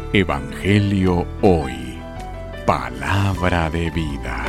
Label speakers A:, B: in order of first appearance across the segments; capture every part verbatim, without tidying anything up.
A: Evangelio Hoy. Palabra de vida.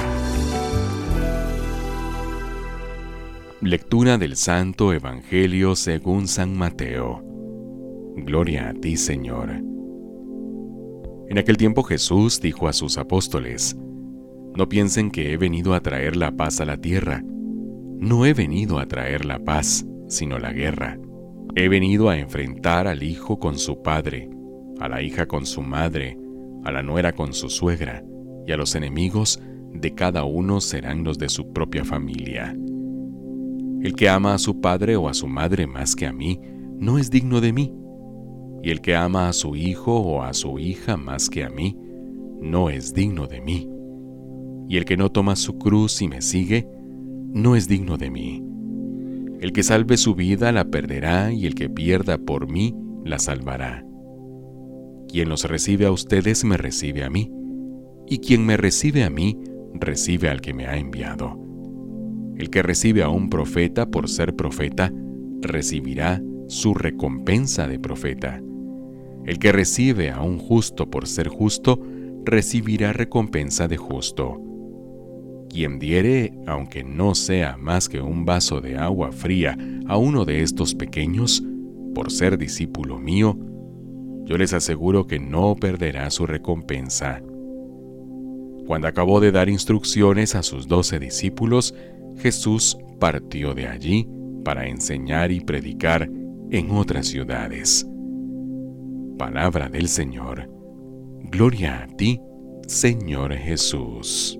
A: Lectura del Santo Evangelio según San Mateo. Gloria a ti, Señor. En aquel tiempo Jesús dijo a sus apóstoles: No piensen que he venido a traer la paz a la tierra. No he venido a traer la paz, sino la guerra. He venido a enfrentar al hijo con su padre, a la hija con su madre, a la nuera con su suegra, y a los enemigos de cada uno serán los de su propia familia. El que ama a su padre o a su madre más que a mí, no es digno de mí. Y el que ama a su hijo o a su hija más que a mí, no es digno de mí. Y el que no toma su cruz y me sigue, no es digno de mí. El que salve su vida la perderá, y el que pierda por mí la salvará. Quien los recibe a ustedes me recibe a mí, y quien me recibe a mí recibe al que me ha enviado. El que recibe a un profeta por ser profeta recibirá su recompensa de profeta. El que recibe a un justo por ser justo recibirá recompensa de justo. Quien diere, aunque no sea más que un vaso de agua fría, a uno de estos pequeños, por ser discípulo mío, yo les aseguro que no perderá su recompensa. Cuando acabó de dar instrucciones a sus doce discípulos, Jesús partió de allí para enseñar y predicar en otras ciudades. Palabra del Señor. Gloria a ti, Señor Jesús.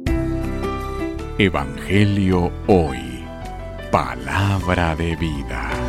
A: Evangelio Hoy. Palabra de vida.